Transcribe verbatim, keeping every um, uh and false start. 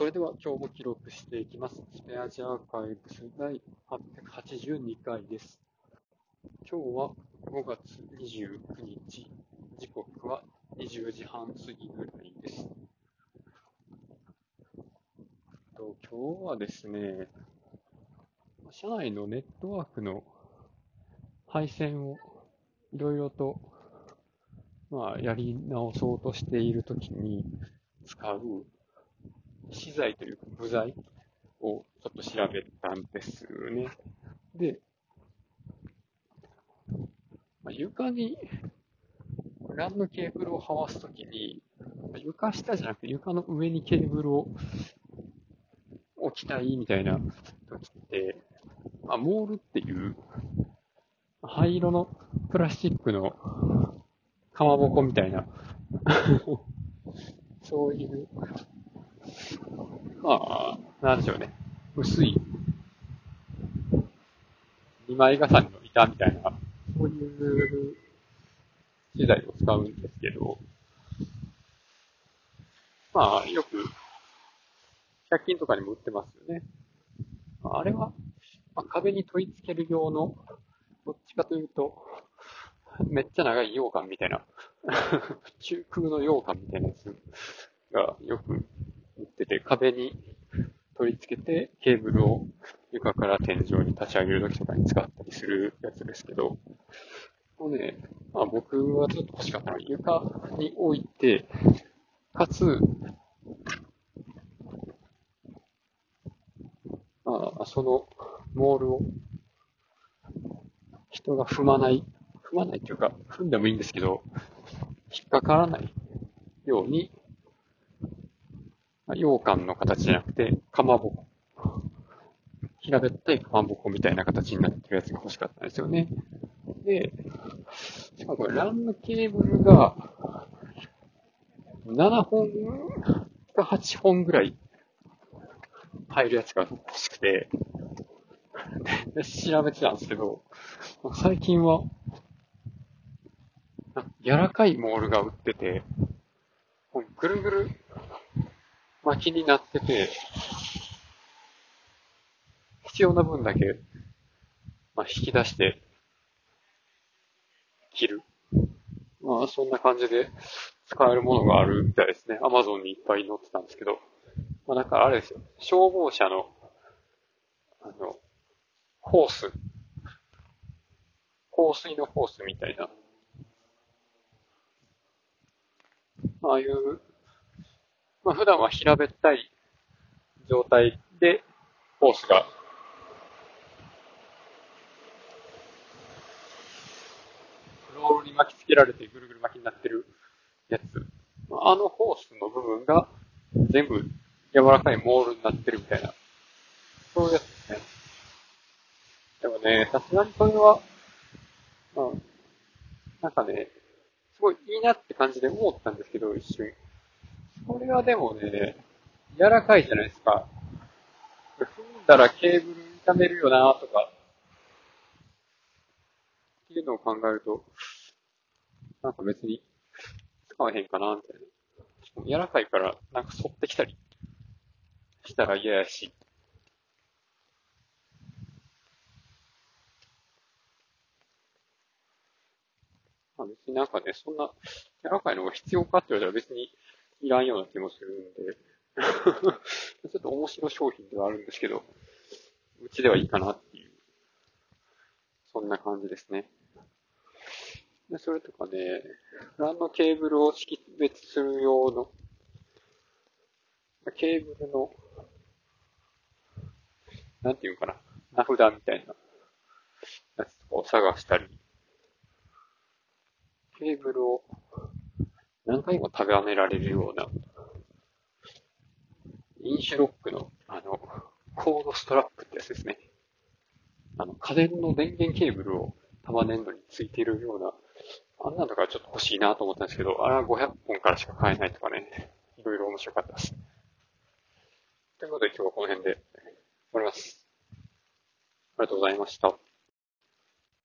それでは今日も記録していきます。スペアジアーカイブス第はっぴゃくはちじゅうにかいです。今日はごがつにじゅうくにち、時刻はにじゅうじはん過ぎぐらいです。と今日はですね、社内のネットワークの配線をいろいろと、まあ、やり直そうとしているときに使う資材というか部材をちょっと調べたんですね。で、まあ、床にランのケーブルを這わすときに、床下じゃなくて床の上にケーブルを置きたいみたいな時って、まあ、モールっていう灰色のプラスチックのかまぼこみたいなそういう、まあ、なんでしょうね。薄い二枚重ねの板みたいな、そういう資材を使うんですけど、まあ、よく、ひゃく均とかにも売ってますよね。あれは、まあ、壁に取り付ける用の、どっちかというと、めっちゃ長い羊羹みたいな、中空の羊羹みたいなやつがよく売ってて、壁に取り付けてケーブルを床から天井に立ち上げるときとかに使ったりするやつですけど、もうね、まあ、僕はちょっと欲しかったのは床に置いて、かつ、まあ、そのモールを人が踏まない、踏まないっていうか、踏んでもいいんですけど、引っかからないように、羊羹の形じゃなくて、かまぼこ。平べったいかまぼこみたいな形になってるやつが欲しかったんですよね。で、しかもこれランのケーブルがななほんかはっぽんぐらい入るやつが欲しくて、で調べてたんですけど、最近は柔らかいモールが売ってて、ぐるぐる巻きになってて、必要な分だけ、まあ、引き出して切る。まあ、そんな感じで使えるものがあるみたいですね。Amazon にいっぱい載ってたんですけど。まあ、だからあれですよ。消防車の、あの、ホース、香水のホースみたいな、ああいう、まあ、普段は平べったい状態で、ホースが、ロールに巻きつけられてぐるぐる巻きになってるやつ。あのホースの部分が全部柔らかいモールになってるみたいな。そういうやつですね。でもね、さすがにそれは、うん、なんかね、すごいいいなって感じで思ったんですけど、一瞬。これはでもね、柔らかいじゃないですか。踏んだらケーブル傷めるよなとか、っていうのを考えると、なんか別に使わへんかな、みたいな。しかも柔らかいから、なんか反ってきたりしたら嫌やし。まあ別になんかね、そんな柔らかいのが必要かって言われたら別にいらんような気もするんで、ちょっと面白い商品ではあるんですけど、うちではいいかなっていう、そんな感じですね。でそれとかね、ランのケーブルを識別する用の、ケーブルの、なんていうかな、名札みたいなやつとかを探したり、ケーブルを何回も束ねられるような、インシュロックの、あの、コードストラップってやつですね。あの、家電の電源ケーブルを束ねるのについているような、あんなのがちょっと欲しいなと思ったんですけど、あれはごひゃっぽんからしか買えないとかね、いろいろ面白かったです。ということで今日はこの辺で終わります。ありがとうございました。